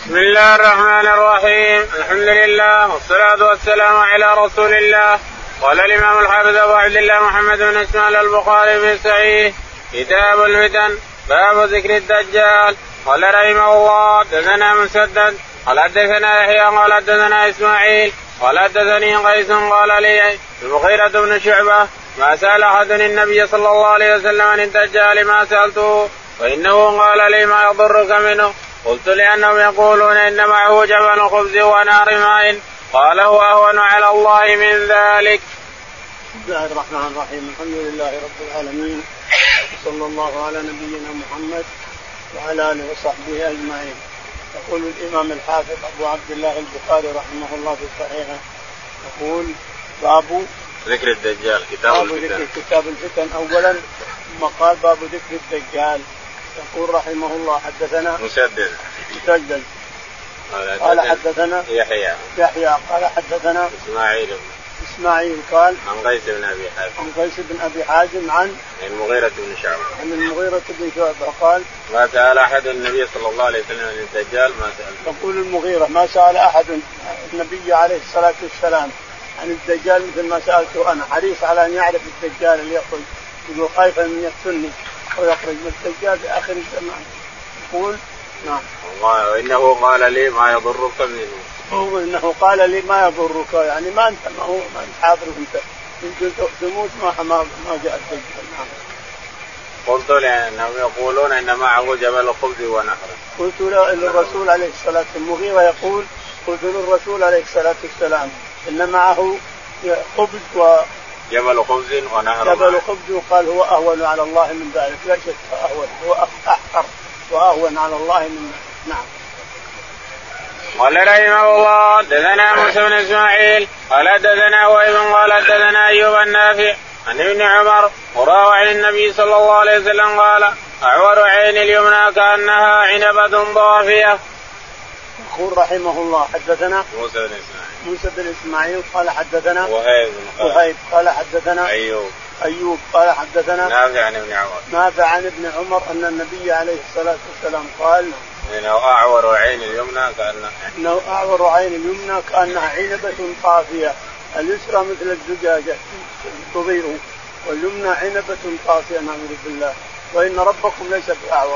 بسم الله الرحمن الرحيم. الحمد لله والصلاة والسلام على رسول الله. قال الإمام الحافظ أبو عبد الله محمد بن إسماعيل البخاري في صحيح كتاب الفتن باب ذكر الدجال. قال رحمه الله حدثنا مسدد قال حدثنا يحيى قال حدثنا إسماعيل قال حدثني قيس قال لي المغيرة بن شعبة ما سأل أحد النبي صلى الله عليه وسلم عن الدجال ما سألته وإنه قال لي ما يضرك منه. قلت لأنهم يقولون إن معه جبل خبز ونار ماء قال هو أهون على الله من ذلك. بسم الله الرحمن الرحيم. الحمد لله رب العالمين وصلى الله على نبينا محمد وعلى آله وصحبه أجمعين. يقول الإمام الحافظ أبو عبد الله البخاري رحمه الله في صحيحه يقول باب ذكر الدجال كتاب الفتن أولا ثم قال باب ذكر الدجال. يقول رحمه الله حدثنا مسدد قال حدثنا يحيى قال حدثنا إسماعيل قال عن قيس بن أبي حازم عن المغيرة بن شعبة قال ما سأل أحد النبي صلى الله عليه وسلم عن الدجال ما سأل. يقول المغيرة ما سأل أحد النبي عليه الصلاة والسلام عن الدجال مثل ما سألته أنا. حريص على أن يعرف الدجال اللي يخرج يقول خايفا من يفتني ويخرج من الدجال في آخر الزمان. يقول نعم وإنه قال لي ما يضرك منه. هو إنه قال لي ما يضرك يعني ما أنت حاضر أنت تموت ما جاء الدجال. نعم. قلت لأنهم يقولون إن معه جبل خبز ونهر. قلت للرسول عليه الصلاة والسلام المغيرة يقول قلت للرسول عليه الصلاة والسلام إن معه خبز جبل خبز ونهر. جبل خبز وقال هو أهون على الله من ذلك. لا شك أهون هو أحقر وأهون على الله من ذلك. نعم. قال رحمه الله حدثنا موسى بن إسماعيل قال حدثنا وهيب قال حدثنا أيوب النافع عن ابن عمر وروى عن النبي صلى الله عليه وسلم قال أعور عين اليمنى كأنها عنبة ضافية. يقول رحمه الله حدثنا موسى بن إسماعيل قال حدثنا وهيب قال حدثنا أيوب قال حدثنا نافع عن ابن عمر أن النبي عليه الصلاة والسلام قال إنه أعور عين اليمنى كأنها عنبة طافية. اليسرى مثل الزجاجة تضيء واليمنى عنبة طافية نعوذ بالله وإن ربكم ليس بأعور.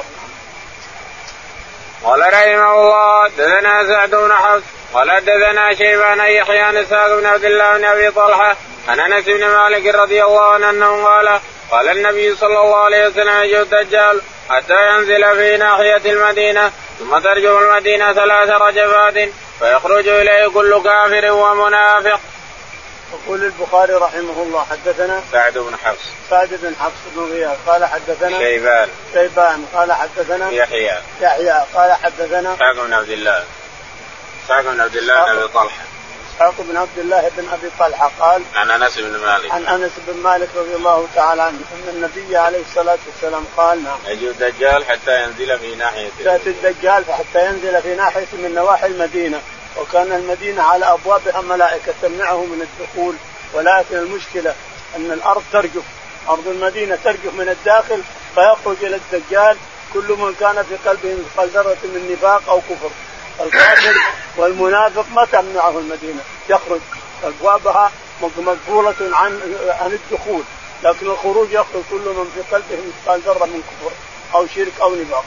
قال رحمه الله حدثنا سعد بن حفص قال حدثنا شيبان يحيى عن إسحاق بن عبد الله بن أبي طلحة عن أنس بن مالك رضي الله عنه أنه قال النبي صلى الله عليه وسلم يجيء الدجال حتى ينزل في ناحية المدينة ثم ترجف المدينة 3 رجفات فيخرج إليه كل كافر ومنافق. يقول البخاري رحمه الله حدثنا سعد بن حفص بن غياث قال حدثنا شيبان قال حدثنا يحيى قال حدثنا إسحاق بن عبد الله بن أبي طلحة بن عبد الله بن أبي طلحة قال عن أنس بن مالك رضي الله تعالى عنه أن النبي عليه الصلاة والسلام قال يجيء الدجال حتى ينزل في ناحية الدجال حتى ينزل في ناحية من نواحي المدينة وكان المدينة على أبوابها ملائكة تمنعه من الدخول. ولكن المشكلة أن الأرض ترجف أرض المدينة ترجف من الداخل فيخرج إلى الدجال كل من كان في قلبه مثقال ذرة من نفاق أو كفر. الكافر والمنافق ما تمنعه المدينة يخرج أبوابها مقفولة عن الدخول لكن الخروج يخرج كل من في قلبه مثقال ذرة من كفر أو شرك أو نفاق.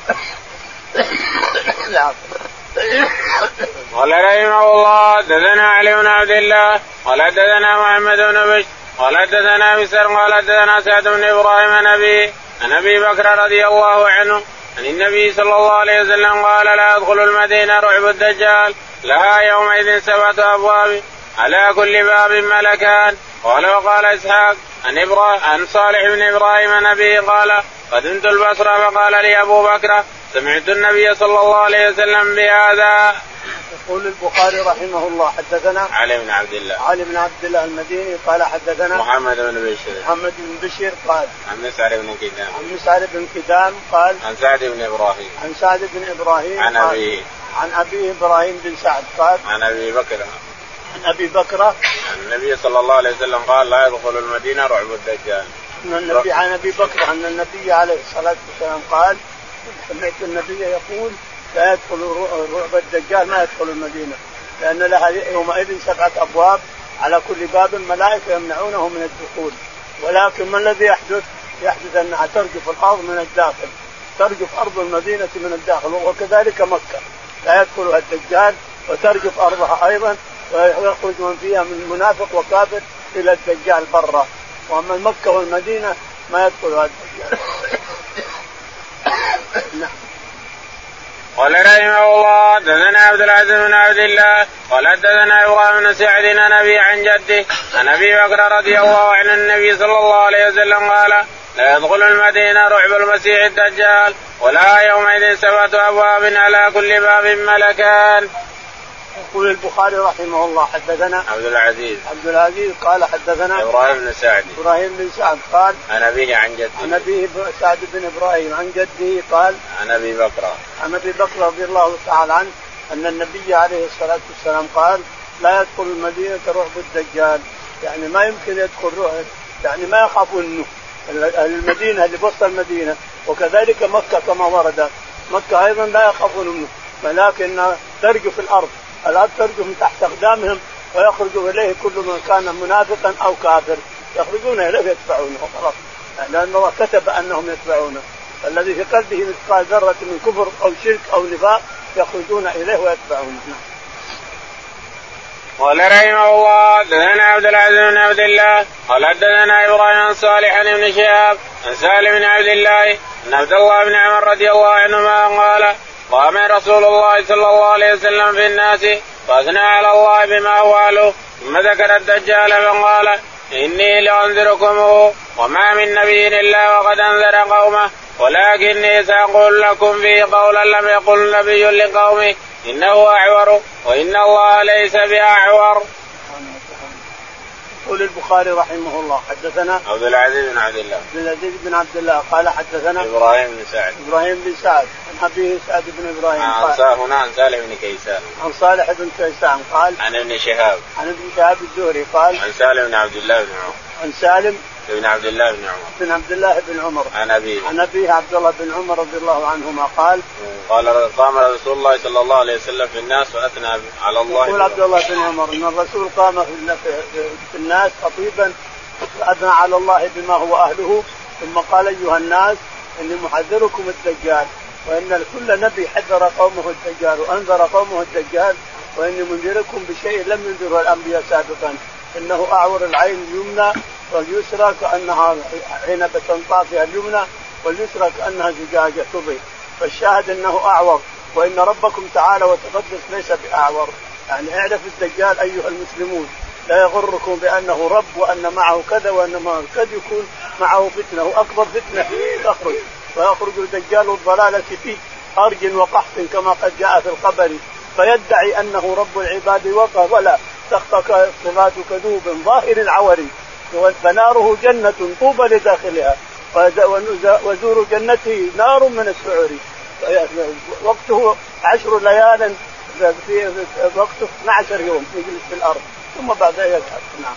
قال رحمه الله حدثنا علي بن عبد الله قال حدثنا محمد بن بشر قال حدثنا مسر قال حدثنا سعد بن إبراهيم عن أبي بكر رضي الله عنه عن النبي صلى الله عليه وسلم قال لا يدخل المدينة رعب الدجال لها يومئذ 7 أبواب على كل باب ملكان. وقال إسحاق عن صالح بن إبراهيم نبي قال قدمت البصرة فقال لي أبو بكر سمعت النبي صلى الله عليه وسلم بهذا. يقول البخاري رحمه الله حدثنا علي بن عبد الله المديني قال حدثنا محمد بن بشير قال عن مسعر بن كدام قال عن سعد بن إبراهيم عن أبيه إبراهيم بن سعد قال عن أبي بكر عن النبي صلى الله عليه وسلم قال لا يدخل المدينة رعب الدجال. عن أبي بكر أن النبي عليه الصلاة والسلام قال سمعت النبي يقول لا يدخل رعب الدجال، ما يدخل المدينة، لأن لها يومئذ 7 أبواب، على كل باب ملائكة يمنعونه من الدخول. ولكن ما الذي يحدث أنها ترجف الأرض من الداخل، ترجف أرض المدينة من الداخل. وكذلك مكة لا يدخلها الدجال وترجف أرضها أيضا، ويخرج من فيها من منافق وكافر إلى الدجال برا. وأما مكة والمدينة ما يدخلها الدجال. نعم. قال رحمه الله حدثنا عبد العزيز بن عبد الله قال حدثنا ابراهيم بن سعد عن ابي عن جده عن ابي بكر رضي الله عنه النبي صلى الله عليه وسلم قال لا يدخل المدينة رعب المسيح الدجال ولا يومئذ 7 أبواب على كل باب ملكان. يقول البخاري رحمه الله حدثنا عبد العزيز قال حدثنا ابراهيم بن سعد قال عن أبيه عن جده عن أبيه سعد بن إبراهيم عن جده قال عن أبي بكر رضي الله تعالى عنه أن النبي عليه الصلاة والسلام قال لا يدخل المدينة رعب الدجال، يعني ما يمكن يدخل رعب، يعني ما يخافون منه المدينة اللي بوسط المدينة. وكذلك مكة كما ورد، مكة أيضا لا يخافون منه، ولكن ترجف الأرض ترجف من تحت أقدامهم، ويخرج إليه كل من كان منافقا أو كافر، يخرجون إليه يتبعونه خلاص، لأن الله كتب أنهم يتبعونه. الذي في قلبه مثقال ذرة من كفر أو شرك أو نفاق يخرجون إليه ويتبعونه. قال رحمه الله حدثنا عبد العزيز بن عبد الله قال حدثنا ابراهيم عن صالح عن ابن شهاب عن سالم بن عبد الله ان عبد الله بن عمر رضي الله عنهما قال قام رسول الله صلى الله عليه وسلم في الناس فاثنى على الله بما هو اهله، ثم ذكر الدجال فقال اني لانذركمه وما من نبي الا وقد انذر قومه، ولكني سأقول لكم فيه قولا لم يقل نبي لقومه إنه أعور وإن الله ليس بأعور. يقول البخاري رحمه الله حدثنا عبد العزيز بن عبد الله قال حدثنا إبراهيم بن سعد عن أبيه سعد بن إبراهيم هنا عن صالح بن كيسان عن صالح بن كيسان قال عن ابن شهاب الزهري قال عن سالم بن عبد الله بن عمر عن سالم بن عبد الله بن عمر عن أبيه عبد الله بن عمر رضي الله عنهما قال قام رسول الله صلى الله عليه وسلم في الناس وأثنى على الله. يقول عبد الله بن عمر أن الرسول قام في الناس خطيبا وأثنى على الله بما هو أهله، ثم قال أيها الناس إني محذركم الدجال، وإن كل نبي حذر قومه الدجال وأنذر قومه الدجال، وإني منذركم بشيء لم ينذره الأنبياء سابقا، إنه أعور العين اليمنى واليسرى كأنها عنبة طافية اليمنى واليسرى كأنها زجاجة تضيء، فالشاهد أنه أعور، وإن ربكم تعالى وتقدس ليس بأعور. يعني اعرف الدجال أيها المسلمون، لا يغركم بأنه رب وأن معه كذا وأن معه قد يكون معه فتنة، وأكبر فتنة تخرج، ويخرج الدجال الضلالة في أرج وقحط كما قد جاء في الخبر، فيدعي أنه رب العباد ولا تخطك صفات كذوب ظاهر العور، فناره جنة طوبى لداخلها وزور جنته نار من السعور. وقته 10 ليال، في وقته 12 يوم يجلس في الأرض ثم بعد يذهب. نعم.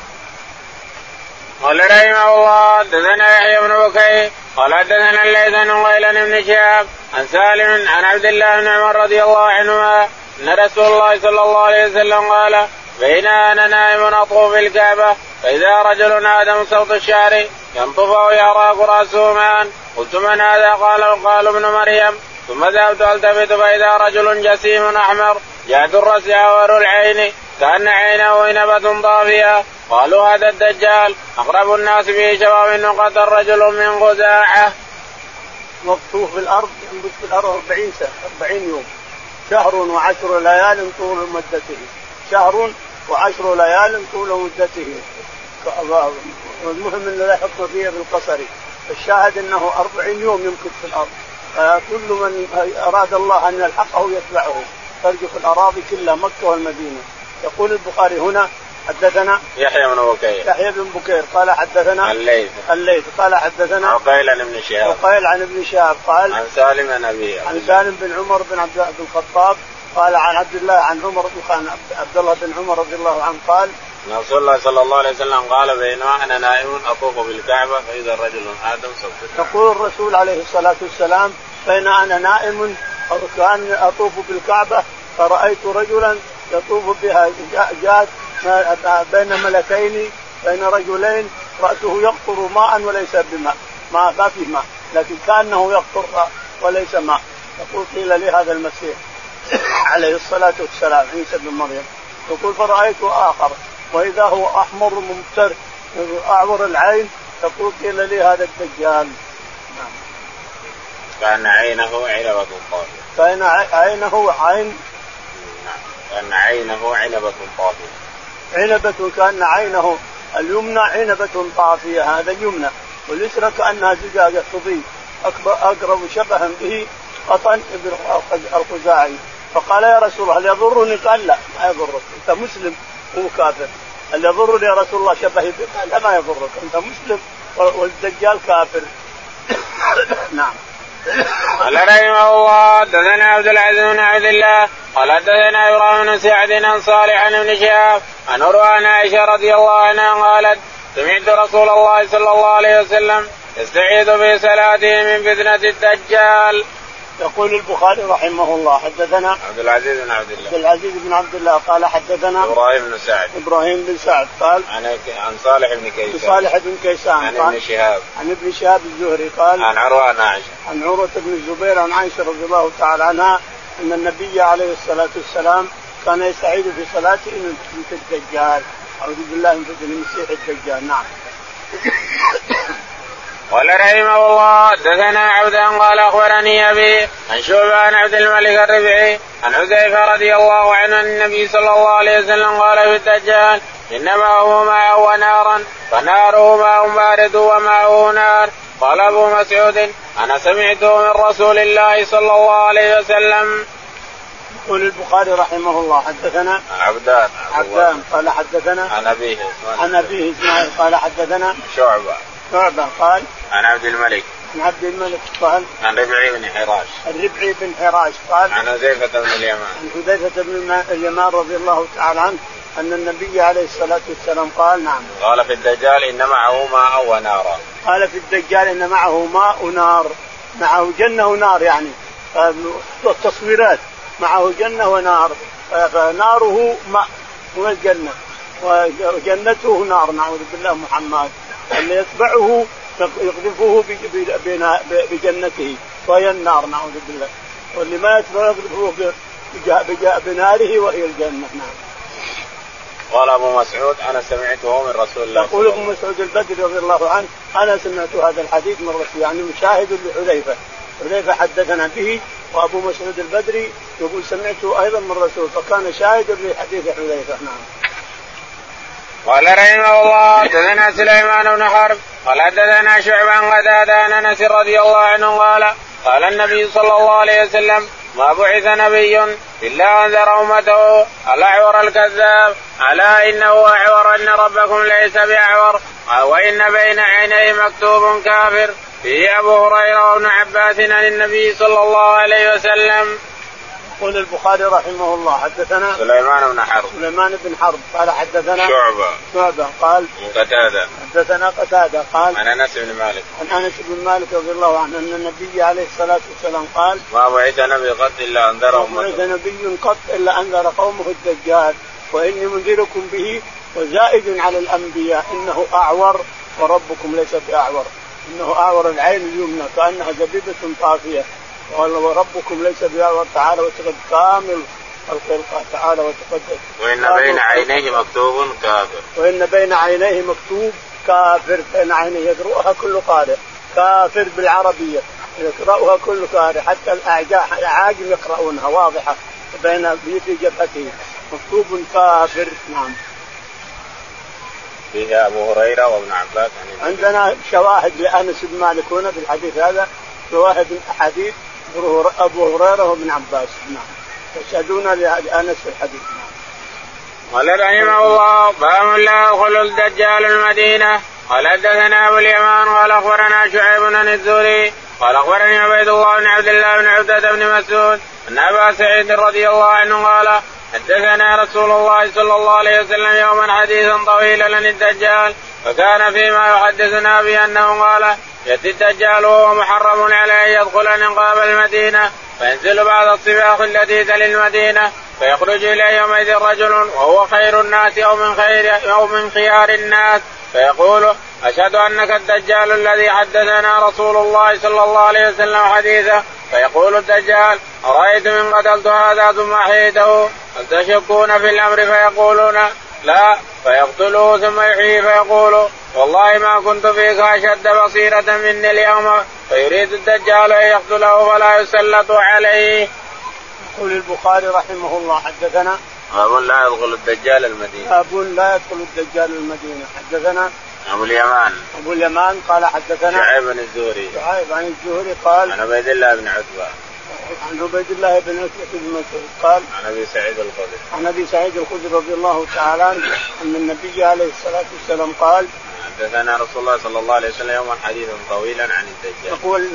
قال رحمه الله حدثنا يحيى بن بكير قال حدثنا الليث عن غيلان بن شهاب عن سالم عن عبد الله بن عمر رضي الله عنهما ان رسول الله صلى الله عليه وسلم قال بين انا نائم اطوف الكعبه فاذا رجل نادى صوت الشعر ينطفه يراق راسه معا، قلت من هذا؟ قال ابن مريم، ثم ذهبت التفت فاذا رجل جسيم احمر جعد الراس عور العين كأن عينه عنبة طافية، قالوا هذا الدجال، أقرب الناس به شباب نقط الرجل من خزاعة. وقته في الأرض ينبت في الأرض 40 يوم، شهر و10 ليال طول مدته، شهر و10 ليال طول مدته، والمهم أنه لا يحط فيها بالقصر. الشاهد أنه 40 يوم يمكث في الأرض، كل من أراد الله أن يلحقه يتبعه، ترجف الأراضي كلها مكة والمدينة. يقول البخاري هنا حدثنا يحيى بن بكير قال حدثنا الليث قال حدثنا عقيل عن ابن شهاب قال عن سالم عن أبيه عن سالم بن عمر بن عبد الخطاب قال عن عبد الله بن عمر رضي الله عنه قال رسول الله صلى الله عليه وسلم قال بينما أنا نائم أطوف بالكعبة فإذا رجل آدم صوت. يقول الرسول عليه الصلاة والسلام بين أنا نائم كأني أطوف بالكعبة فرأيت رجلا يطوف بها جاد بين ملكين بين رجلين رأسه يقطر ماء وليس بماء ما في ماء لكن كأنه يقطر وليس ماء. يقول قيل لي هذا المسيح عليه الصلاة والسلام عيسى بن مريم. يقول فرأيت آخر وإذا هو أحمر ممتر أعور العين. يقول قيل لي هذا الدجال. كأن عينه عنبة طافية. كأن عينه عنبة طافية. عنبة كأن عينه اليمنى عنبة طافية هذا اليمنى واليسرى كأنها زجاجة تضيء أقرب شبها به قطن ابن الخزاعي. فقال يا رسول الله هل يضرني؟ قال لا ما يضرك أنت مسلم هو كافر. هل يضرني يا رسول الله شبهي بك؟ قال لا ما يضرك أنت مسلم والدجال كافر. نعم. قال رحمه الله حدثنا عبد العزيز بن عبد الله قال حدثنا إبراهيم بن سعد عن صالح عن ابن شهاب عن عروة عن عائشة رضي الله عنها قالت سمعت رسول الله صلى الله عليه وسلم يستعيذ في صلاته من فتنة الدجال. يقول البخاري رحمه الله حدثنا عبد العزيز بن عبد الله قال حدثنا إبراهيم بن سعد قال عن صالح بن كيسان عن ابن شهاب الزهري قال عن عروة بن الزبير عن عائشة رضي الله تعالى عنها أن النبي عليه الصلاة والسلام كان يستعيذ في صلاته من فتنة الدجال. أعوذ بالله من فتنة المسيح الدجال. نعم. قال رحمه الله حدثنا عبدا قال أخبرني أبي عن شعبة عن عبد الملك الربيعي عن حذيفة رضي الله عنه أن النبي صلى الله عليه وسلم قال في الدجال إنما هو ماء ونارا فناره ماء بارد وماءه نار. قال أبو مسعود أنا سمعته من رسول الله صلى الله عليه وسلم. يقول البخاري رحمه الله حدثنا عبدان قال حدثنا عن أبيه إسماعيل قال حدثنا شعبة قال عن عبد الملك قال عن ربعي بن حراش قال عن حذيفة بن اليمان رضي الله تعالى عنه أن النبي عليه الصلاة والسلام قال نعم قال في الدجال إن معه ماء ونار. قال في الدجال إن معه ماء ونار معه جنة ونار يعني التصويرات معه جنة ونار فناره ماء هو الجنة وجنته نار نعوذ بالله محمد. اللي يتبعه يقذفه بجنته وهي النار نعوذ بالله واللي ما يتبعه يقذفه بناره وهي الجنة. نعم. قال أبو مسعود أنا سمعته من رسول الله. يقول أبو مسعود البدري رضي الله عنه أنا سمعت هذا الحديث من رسول يعني مشاهد لحذيفة حدثنا به وأبو مسعود البدري يقول سمعته أيضا من رسول فكان شاهد لحديث حذيفة. نعم. قال رحمه الله حدثنا سليمان بن حرب قال حدثنا شعبة عن قتادة عن أنس رضي الله عنه قال النبي صلى الله عليه وسلم ما بعث نبي إلا أنذر أمته الأعور الكذاب ألا إنه أعور أن ربكم ليس بأعور وإن بين عينيه مكتوب كافر فيه أبو هريرة وابن عباس عن النبي صلى الله عليه وسلم. يقول البخاري رحمه الله حدثنا سليمان بن حرب قال حدثنا شعبة قال حدثنا قتادة قال عن أنس بن مالك رضي الله عنه أن النبي عليه الصلاة والسلام قال ما بعث نبي قط إلا أنذر قومه الدجال وإني منذركم به وزائد على الأنبياء إنه أعور وربكم ليس بأعور إنه أعور العين اليمنى كأنها زبيبة طافية قال وربكم ليس بأعور تعالى وتقد كامل الخلق تعالى وتقدس وإن بين عينيه مكتوب كافر بين عينيه يقرأها كل قارئ كافر بالعربية يقرأها كل قارئ حتى الأعاجم يقرؤونها واضحة بين في جبهته مكتوب كافر. نعم. فيها أبو هريرة وابن عباس عندنا شواهد لأنس بن مالك هنا في الحديث هذا شواهد أحاديث أبو هريرة وابن عباس. نعم. يشهدون لأنس في الحديث. قال رحمه الله باب لا يدخل الدجال المدينة. قال حدثنا أبو اليمان قال أخبرنا شعيب بن الزهري قال أخبرني عبيد الله بن عبد الله بن عبدة بن مسعود أن أبا سعيد رضي الله عنه قال حدثنا رسول الله صلى الله عليه وسلم يوما حديثا طويلا عن الدجال فكان فيما يحدثنا بأنه قال يأتي الدجال وهو محرم عليه يدخل نقاب المدينة فينزل بعض الصباح التي تلي المدينة فيخرج إليه يومئذ رجل وهو خير الناس أو من خيار الناس فيقول أشهد أنك الدجال الذي حدثنا رسول الله صلى الله عليه وسلم حديثا. فيقول الدجال أرأيت من قتلت هذا ثم أحييته هل تشكون في الأمر؟ فيقولون لا. فيقتله ثم يحيي فيقول والله ما كنت فيك أشد بصيرة مني اليوم. فيريد الدجال أن يقتله فلا يسلط عليه. يقول البخاري رحمه الله حدثنا باب لا يدخل الدجال المدينة. باب لا يدخل الدجال المدينة. حدثنا أبو اليمان قال حدثنا شعيب بن الزهري قال عن عبيد الله بن عتبة عن عبيد الله بن عتبة بن مسعود قال عن أبي سعيد الخدري رضي الله تعالى عنه أن النبي عليه الصلاة والسلام قال حدثنا رسول الله صلى الله عليه وسلم يوما حديثا طويلا عن الدجال. يقول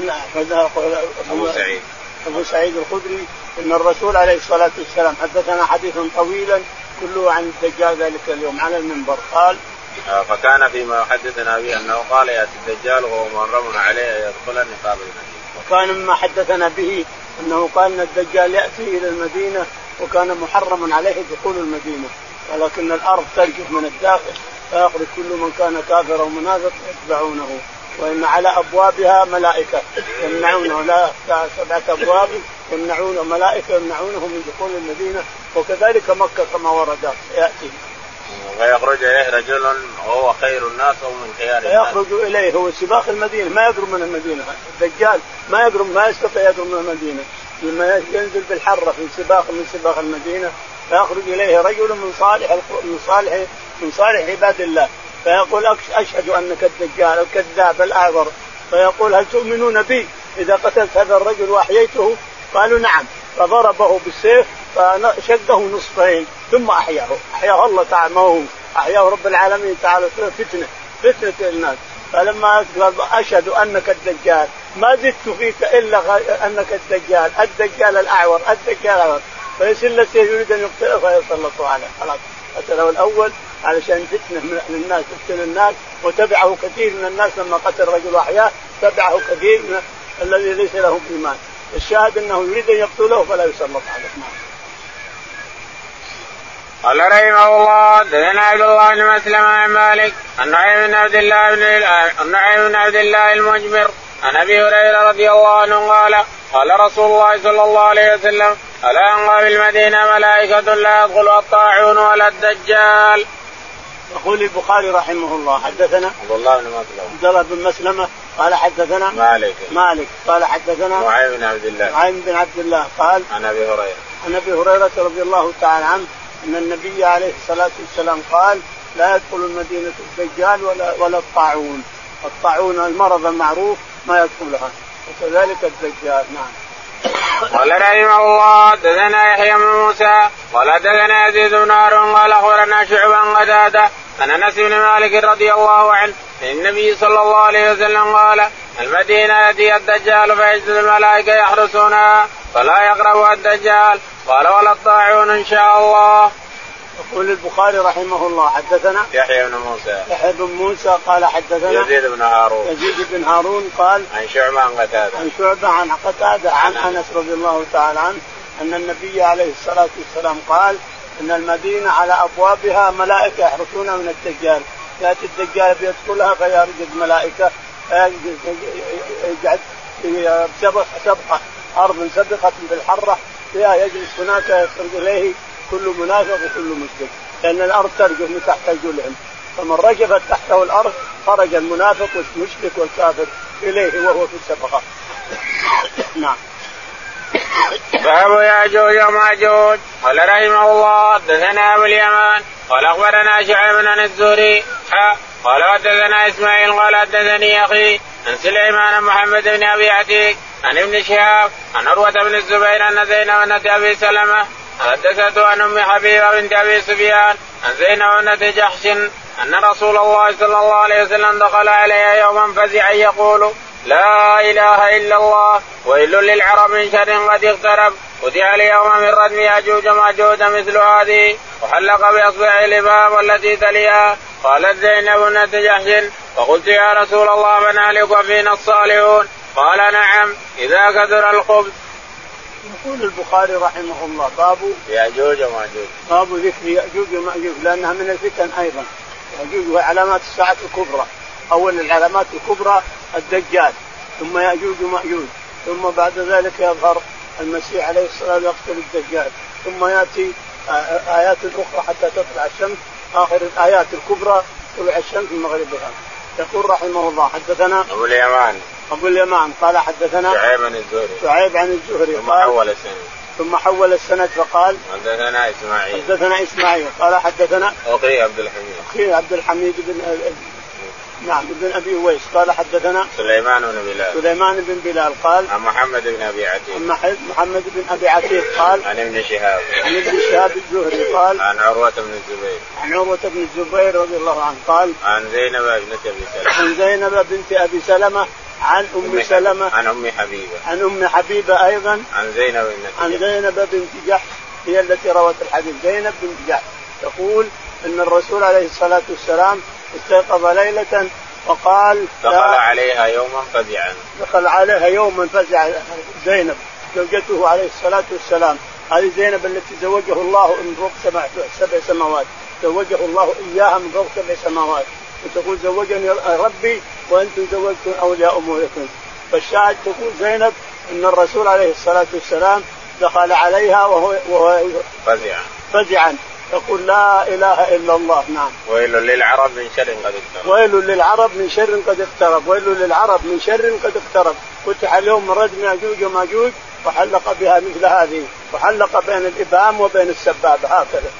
أبو سعيد الخدري أن الرسول عليه الصلاة والسلام حدثنا حديثا طويلا كله عن الدجال ذلك اليوم على المنبر. قال فكان فيما حدثنا به أنه قال يأتي الدجال وهو محرم عليه أن يدخل النقاب المدينة. وكان مما حدثنا به أنه قال أن الدجال يأتي إلى المدينة وكان محرم عليه دخول المدينة ولكن الأرض ترجف من الداخل فيخرج كل من كان كافر ومنافق يتبعونه وإن على أبوابها ملائكة يمنعونه لا 7 أبواب يمنعون ملائكة يمنعونه من دخول المدينة وكذلك مكة كما ورد يأتي. ويخرج إليه رجل وهو خير الناس أو من خيار الناس. يخرج إليه هو سباق المدينة ما يقرب من المدينة. الدجال ما يستطيع يقرب من المدينة لما ينزل بالحرة من سباق المدينة فيخرج إليه رجل من صالح عباد الله فيقول أشهد أنك الدجال الكذاب الأعور. فيقول هل تؤمنون بي إذا قتلت هذا الرجل وأحييته؟ قالوا نعم. فضربه بالسيف فشقه نصفين ثم أحياه الله تعالى موه أحياه رب العالمين تعالى فتنة الناس. فلما قال أشهد أنك الدجال ما زدت فيك إلا أنك الدجال الأعور فيسل السيف يريد أن يقتله فيسلطوا عليه. خلاص قتله الأول علشان فتنة من الناس تفتن الناس وتبعه كثير من الناس لما قتل رجل أحياه تبعه كثير من الذي ليس له إيمان. الشاهد أنه يريد أن يقتله فلا يسلط عليه. قال رحمه الله دثنا عبد الله بن مسلم عن مالك عن نعيم بن عبد الله المجمر عن أبي هريرة رضي الله عنه قال قال رسول الله صلى الله عليه وسلم ألا أنقى بالمدينة ملائكة لا يدخل الطاعون ولا الدجال. يقول البخاري رحمه الله حدثنا عبد الله بن مسلمة قال حدثنا مالك قال حدثنا نعيم بن عبد الله قال عن أبي هريرة رضي الله تعالى عنه أن النبي عليه الصلاة والسلام قال لا يدخل المدينة الدجال ولا الطاعون. الطاعون المرض المعروف ما يدخلها وكذلك الدجال. نعم. قال رحمه الله دثنا يحيى بن موسى قال دثنا يزيد بن هارون قال أخبرنا شعبة قتادة عن أنس بن مالك رضي الله عنه النبي صلى الله عليه وسلم قال المدينة يأتي الدجال فيجد الملائكة يحرسونها فلا يقربها الدجال. قال ولا الطاعون إن شاء الله. يقول البخاري رحمه الله حدثنا يحيى بن موسى قال حدثنا يزيد بن هارون قال عن شعبة عن قتادة عن أنس رضي الله تعالى عنه أن النبي عليه الصلاة والسلام قال أن المدينة على أبوابها ملائكة يحرسونها من الدجال. يأتي الدجال بيدخلها فيرجد ملائكة يقعد سبقة أرض سبقة بالحرة فيها يجلس هناك يخرج إليه كل منافق وكل مشرك لأن الأرض ترجف من تحت رجلهم فمن رجفت تحته الأرض خرج المنافق والمشرك والكافر إليه وهو في السبقة. نعم. باب يأجوج ومأجوج. قال رحمه الله دثنا أبو اليمان قال أخبرنا شعيب بن الزهري قال حدثنا إسماعيل قال حدثني أخي عن سليمان محمد بن أبي عتيق عن ابن شهاب عن عروة بن الزبير أن زينب بنت أبي سلمة حدثته عن أم حبيبة بنت أبي سفيان عن زينب بنت جحش أن رسول الله صلى الله عليه وسلم دخل عليها يوما فزعا يقول لا إله إلا الله ويل للعرب من شر قد اقترب ودع اليوم من ردم يأجوج ومأجوج مثل هذه وحلق بأصبع الإبهام والتي تليها. قالت زينب بنت جحش فقلت يا رسول الله من أهلك وفينا الصالحون؟ قال نعم إذا كثر الخبز. يقول البخاري رحمه الله باب يأجوج ومأجوج. باب ذكر يأجوج ومأجوج لأنها من الفتن أيضا. يأجوج وعلامات الساعة الكبرى. أول العلامات الكبرى الدجال، ثم يأجوج ومأجوج، ثم بعد ذلك يظهر المسيح عليه الصلاة والسلام يقتل الدجال، ثم يأتي آيات أخرى حتى تطلع الشمس. آخر الآيات الكبرى طلوع الشمس من مغربها. يقول رحمه الله حدثنا أبو اليمان قال حدثنا شعيب عن الزهري ثم حول السند فقال حدثنا إسماعيل قال حدثنا أخي عبد الحميد بن أبي أويس قال حدثنا سليمان بن بلال قال عن محمد بن أبي عتيق قال عن ابن شهاب الزهري قال عن عروة بن الزبير رضي الله عنه قال عن زينب بنت أبي سلمة عن أم سلمة عن أم حبيبة أيضا عن زينب بنت جحش هي التي روت الحديث. زينب بنت جحش تقول إن الرسول عليه الصلاة والسلام استيقظ ليلة وقال دخل عليها يوما فزع زينب زوجته عليه الصلاة والسلام. هذه زينب التي زوجه الله من فوق 7 سماوات، زوجه الله إياها من فوق 7 سماوات، وتقول زوجني ربي وأنتم زوجتم أولياء أموركم. فالشاهد تقول زينب إن الرسول عليه الصلاة والسلام دخل عليها وهو فزعا تقول لا إله إلا الله. نعم. ويل للعرب من شر قد اقترب. فتح اليوم من ردم يأجوج وماجوج وحلق بها مثل هذه، وحلق بين الإبهام وبين السبابة هكذا.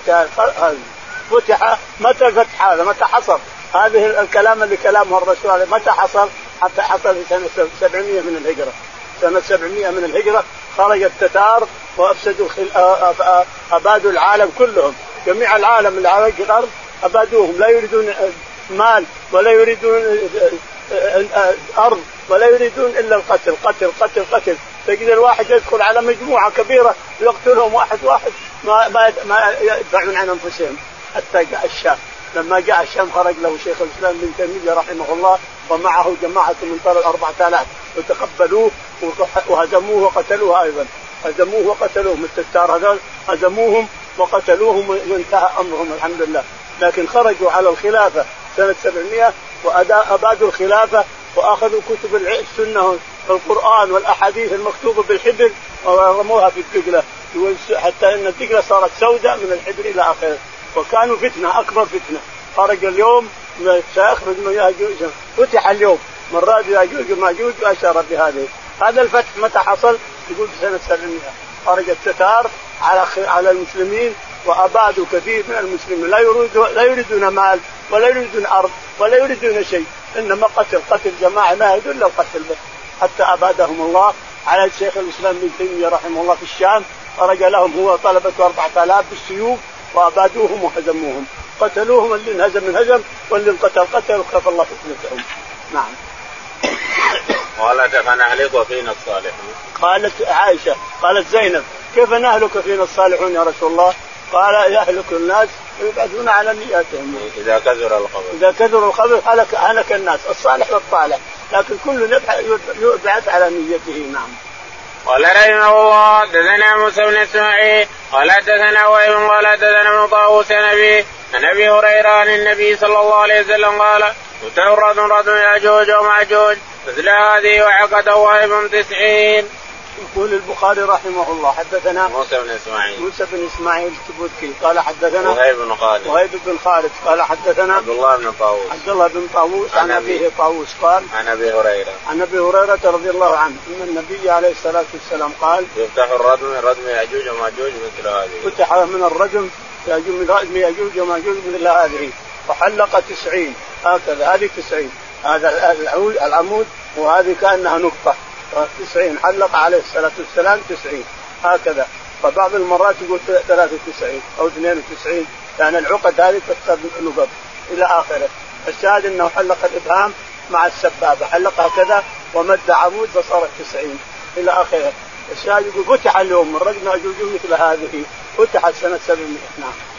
فتح متى الفتح هذا؟ متى حصل هذه الكلام اللي كلامه الرسول عليه؟ متى حصل؟ حتى حصل في سنة 700 من الهجرة. سنة 700 من الهجرة خرج التتار وأفسدوا أبادوا العالم كلهم، جميع العالم اللي على الأرض أبادوهم. لا يريدون مال ولا يريدون أرض ولا يريدون إلا القتل قتل قتل قتل. تجد الواحد يدخل على مجموعة كبيرة يقتلهم واحد ما يدفعون عن أنفسهم. حتى جاء الشام، لما جاء الشام خرج له شيخ الإسلام ابن تيمية رحمه الله ومعه جماعة من طرف 4000 وتقبلوه وهزموه وقتلوه أيضا. هزموه وقتلوهم التتار هذول، هزموهم وقتلوهم وانتهى أمرهم الحمد لله. لكن خرجوا على الخلافة سنة 700 وأبادوا الخلافة وأخذوا كتب السنة والقرآن والأحاديث المكتوبة بالحبر ورموها في الدجلة، حتى أن الدجلة صارت سوداء من الحبر إلى آخره. وكانوا فتنة أكبر فتنة. خرج اليوم سيخرج من يأجوج، فتح اليوم مرات يأجوج وماجوج وأشار بهذه. هذا الفتح متى حصل؟ يقول في سنة 700 خرج التتار على المسلمين وأبادوا كثير من المسلمين. لا يريدون مال ولا يريدون أرض ولا يريدون شيء، إنما قتل جماعة ما يدل القتل به. حتى أبادهم الله على شيخ الإسلام ابن تيمية رحمه الله في الشام، خرج لهم هو طلبة 4000 بالسيوف وأبادوهم وهزموهم، قتلوهم. اللي انهزم انهزم واللي قتل وكفى الله فتنتهم. نعم. قالت فنهلك وفينا الصالحون. قالت عائشة قالت زينب كيف نهلك فينا الصالحون يا رسول الله؟ قال يهلك الناس ويبعثون على نياتهم. إذا كثر الخبر هلك الناس الصالح والطالح، لكن كل يبعث على نيته. نعم. قال رحمه الله حدثنا موسى بن اسماعيل قال حدثنا وهيب قال حدثنا ابن طاووس عن ابي هريره عن النبي صلى الله عليه وسلم قال يتورط رجل ياجوج وماجوج مثل هذه وعقد وهيب 90. يقول البخاري رحمه الله حدثنا موسى بن اسماعيل التبوذكي قال حدثنا وهيب بن خالد قال حدثنا عبد الله بن طاووس عن أبيه طاووس قال عن ابي هريره رضي الله عنه ان النبي عليه الصلاه والسلام قال يفتح الردم ياجوج وماجوج مثل هذه. فتح من الردم ياجوج وماجوج مثل هذه وحلق 90 هكذا. هذه 90 هذا العمود وهذه كأنها نقطة 90 حلق عليه الصلاة والسلام 90 هكذا. فبعض المرات يقول 93 أو 92 يعني العقد هذه تكتب نقط إلى آخره. الشاهد أنه حلق الإبهام مع السبابة حلقها كذا ومد عمود فصارت 90 إلى آخره. الشاهد يقول فتح اليوم من رجل أجوج مثل هذه فتحت سنة 700. نعم.